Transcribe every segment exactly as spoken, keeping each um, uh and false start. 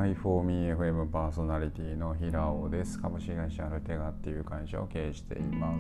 Hi for me エフエム パーソナリティの平尾です。株式会社アルテガっていう会社を経営しています。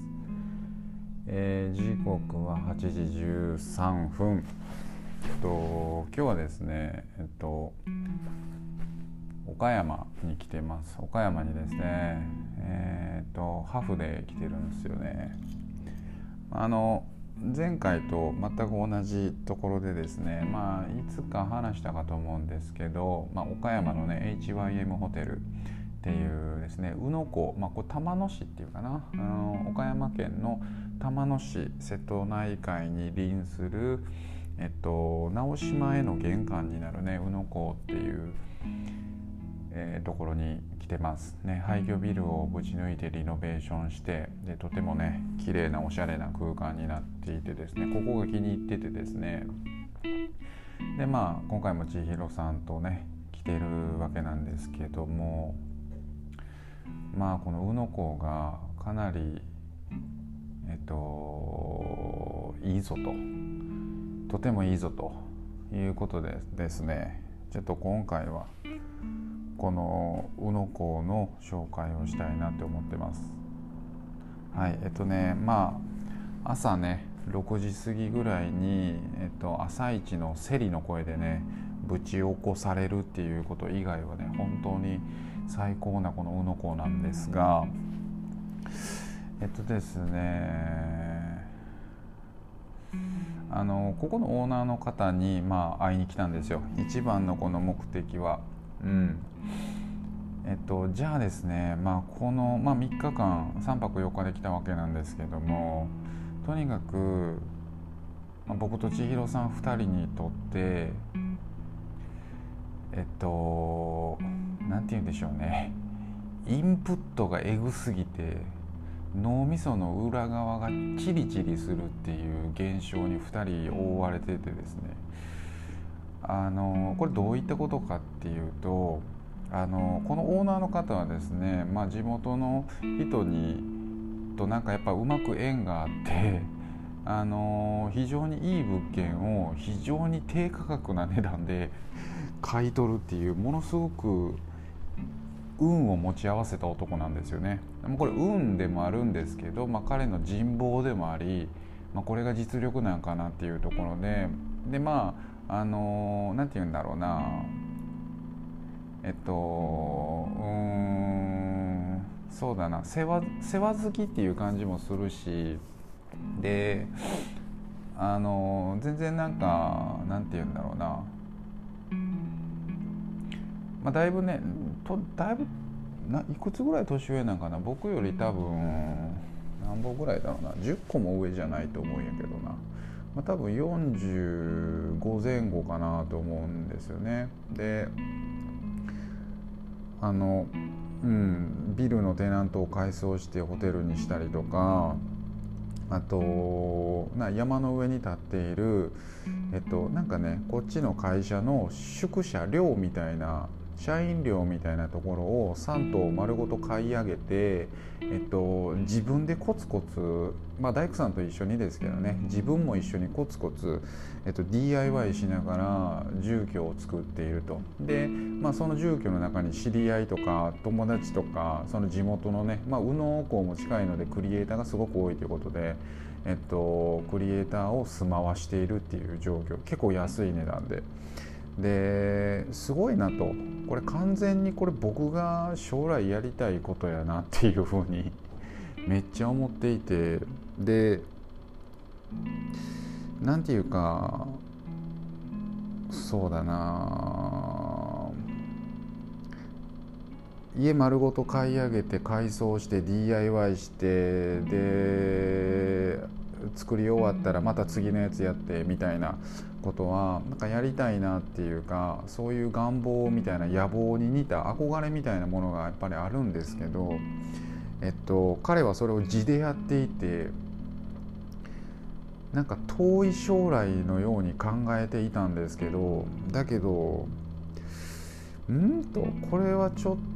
えー、時刻ははちじじゅうさんふん。えっと今日はですね、えっと岡山に来てます。岡山にですね、えー、っとハフで来てるんですよね。あの前回と全く同じところでですね、まあいつか話したかと思うんですけど、まあ、岡山のね エイチワイエム ホテルっていうですね、宇野港、まあ、これ玉野市っていうかな、あの岡山県の玉野市、瀬戸内海に隣する、えっと、直島への玄関になるね宇野港っていう、えー、ところに来てますね。廃墟ビルをぶち抜いてリノベーションして、でとてもね綺麗なおしゃれな空間になっていてですね、ここが気に入っててですね、でまあ今回も千尋さんとね来てるわけなんですけども、まあこの宇野港がかなりえっといいぞと、とてもいいぞということでですね、ちょっと今回はこの宇野港の紹介をしたいなと思ってます。はい、えっとねまあ朝ねろくじ過ぎぐらいに、えっと、朝一のセリの声でねぶち起こされるっていうこと以外はね本当に最高なこの宇野港なんですが、えっとですねあのここのオーナーの方にまあ会いに来たんですよ。一番のこの目的はうんえっとじゃあですね、まあこの、まあ、みっかかんさんぱくよっかで来たわけなんですけども、とにかく、まあ、僕と千尋さんふたりにとってえっとなんて言うんでしょうね、インプットがエグすぎて脳みその裏側がチリチリするっていう現象にふたり覆われててですね、あのこれどういったことかっていうと、あのこのオーナーの方はですね、まあ、地元の人にとなんかやっぱうまく縁があって、あの非常にいい物件を非常に低価格な値段で買い取るっていう、ものすごく運を持ち合わせた男なんですよね。これ運でもあるんですけど、まあ、彼の人望でもあり、まあ、これが実力なんかなっていうところで、でまああのなんて言うんだろうな、えっとうーんそうだな、世話世話好きっていう感じもするし、であの全然なんかなんて言うんだろうな、まあ、だいぶねとだいぶないくつぐらい年上なんかな、僕より多分何本ぐらいだろうな、じゅっこも上じゃないと思うんやけどな、まあ、多分よんじゅうごぜん後かなと思うんですよね。であのうんビルのテナントを改装してホテルにしたりとか、あとな山の上に立っているえっとなんかねこっちの会社の宿舎寮みたいな、社員寮みたいなところをさん棟丸ごと買い上げて、えっと、自分でコツコツ、まあ、大工さんと一緒にですけどね、自分も一緒にコツコツ、えっと、ディーアイワイ しながら住居を作っていると。で、まあ、その住居の中に知り合いとか友達とかその地元のね、まあ、宇野港も近いのでクリエイターがすごく多いということで、えっと、クリエイターを住まわしているっていう状況、結構安い値段で。ですごいなと、これ完全にこれ僕が将来やりたいことやなっていうふうにめっちゃ思っていて、でなんていうかそうだな、家丸ごと買い上げて改装して ディーアイワイ してで作り終わったらまた次のやつやってみたいなことはなんかやりたいなっていうか、そういう願望みたいな野望に似た憧れみたいなものがやっぱりあるんですけど、えっと彼はそれを地でやっていて、なんか遠い将来のように考えていたんですけど、だけどんとこれはちょっ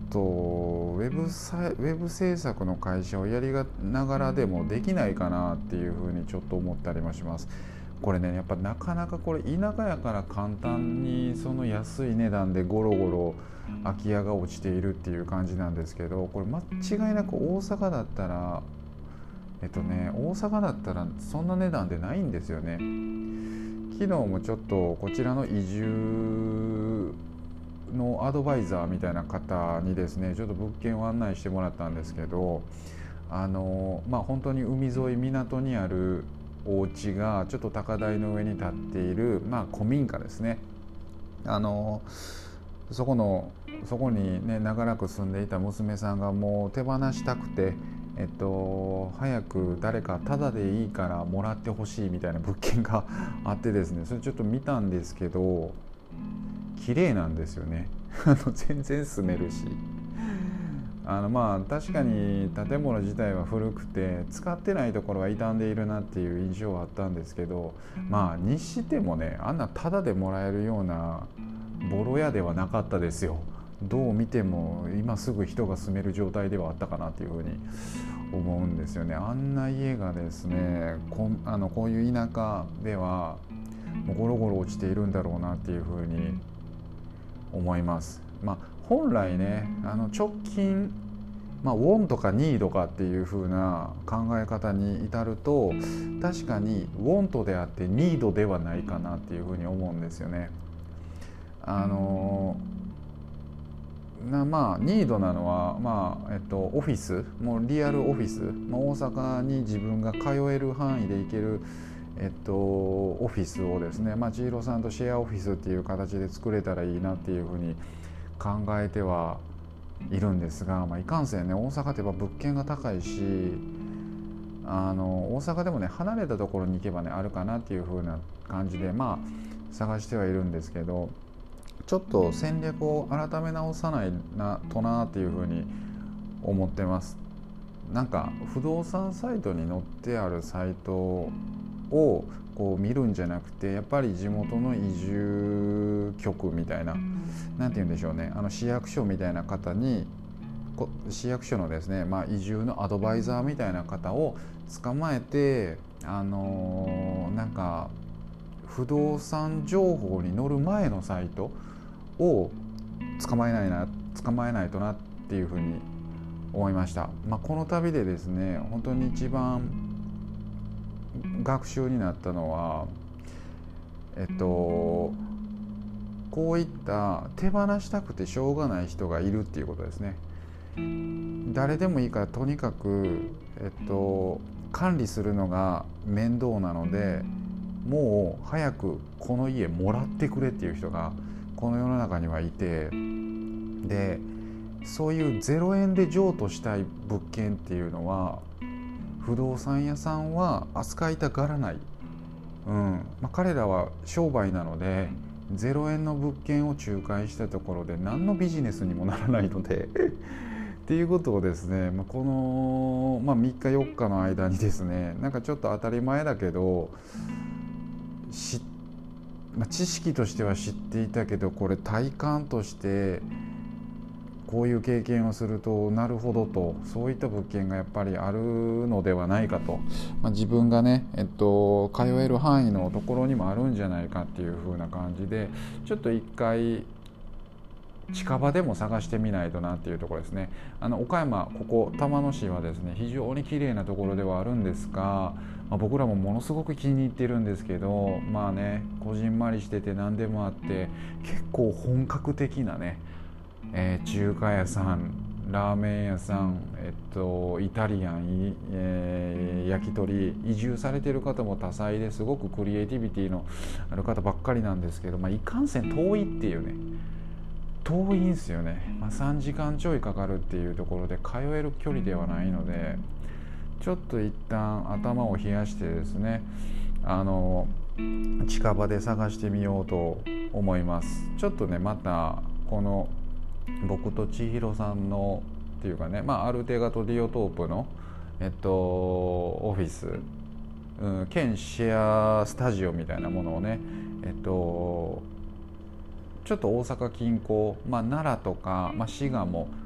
とウェブサイ、ウェブ制作の会社をやりながらでもできないかなっていうふうにちょっと思ったりもします。これねやっぱなかなかこれ田舎やから簡単にその安い値段でゴロゴロ空き家が落ちているっていう感じなんですけど、これ間違いなく大阪だったらえっとね大阪だったらそんな値段でないんですよね。昨日もちょっとこちらの移住のアドバイザーみたいな方にですねちょっと物件を案内してもらったんですけど、あのまあ本当に海沿い港にあるお家がちょっと高台の上に建っている、まあ、古民家ですね。あのそこのそこにね長らく住んでいた娘さんがもう手放したくて、えっと、早く誰かタダでいいからもらってほしいみたいな物件があってですね、それちょっと見たんですけど綺麗なんですよねあの全然住めるし、あのまあ確かに建物自体は古くて使ってないところは傷んでいるなっていう印象はあったんですけど、まあにしてもねあんなタダでもらえるようなボロ屋ではなかったですよ。どう見ても今すぐ人が住める状態ではあったかなっていうふうに思うんですよね。あんな家がですね こ, あのこういう田舎ではもうゴロゴロ落ちているんだろうなっていうふうに思います。まあ本来ねあの直近、まあ、ウォンとかニードかっていう風な考え方に至ると確かにウォントであってニードではないかなっていう風に思うんですよね。あのなまあニードなのは、まあえっと、オフィスもうリアルオフィス、まあ、大阪に自分が通える範囲で行けるえっと、オフィスをですね、まあ、千尋さんとシェアオフィスっていう形で作れたらいいなっていうふうに考えてはいるんですが、まあ、いかんせんね大阪ってやっぱ物件が高いし、あの大阪でもね離れたところに行けばねあるかなっていう風な感じでまあ探してはいるんですけど、ちょっと戦略を改め直さないなとなっていう風に思ってます。なんか不動産サイトに載ってあるサイトをこう見るんじゃなくて、やっぱり地元の移住局みたいな、なんて言うんでしょうね、あの市役所みたいな方に市役所のですね、まあ、移住のアドバイザーみたいな方を捕まえて、あのー、なんか不動産情報に載る前のサイトを捕まえないな捕まえないとなっていうふうに思いました。まあ、この旅でですね本当に一番学習になったのはえっとこういった手放したくてしょうがない人がいるっていうことですね。誰でもいいからとにかく、えっと、管理するのが面倒なのでもう早くこの家もらってくれっていう人がこの世の中にはいて、でそういうゼロえんで譲渡したい物件っていうのは不動産屋さんは扱いたがらない、うんまあ、彼らは商売なのでゼロえんの物件を仲介したところで何のビジネスにもならないのでっていうことをですね、まあ、この、まあ、みっかよっかの間にですね、なんかちょっと当たり前だけどし、まあ、知識としては知っていたけどこれ体感としてこういう経験をするとなるほどと、そういった物件がやっぱりあるのではないかと、まあ、自分がね、えっと、通える範囲のところにもあるんじゃないかっていう風な感じでちょっと一回近場でも探してみないとなっていうところですね。あの岡山ここ玉野市はですね非常に綺麗なところではあるんですが、まあ、僕らもものすごく気に入ってるんですけど、まあねこじんまりしてて何でもあって結構本格的なね、えー、中華屋さんラーメン屋さん、えっと、イタリアン、えー、焼き鳥移住されている方も多彩ですごくクリエイティビティのある方ばっかりなんですけど、まあ、いかんせん遠いっていうね遠いんですよね、まあ、さんじかんちょいかかるっていうところで通える距離ではないのでちょっと一旦頭を冷やしてですねあの近場で探してみようと思います。ちょっとねまたこの僕と千尋さんのっていうかね、まあ、アルテガとディオトープの、えっと、オフィス、うん、兼シェアスタジオみたいなものをね、えっと、ちょっと大阪近郊、まあ、奈良とか、まあ、滋賀も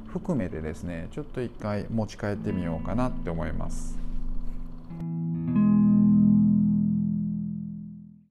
含めてですねちょっと一回持ち帰ってみようかなって思います。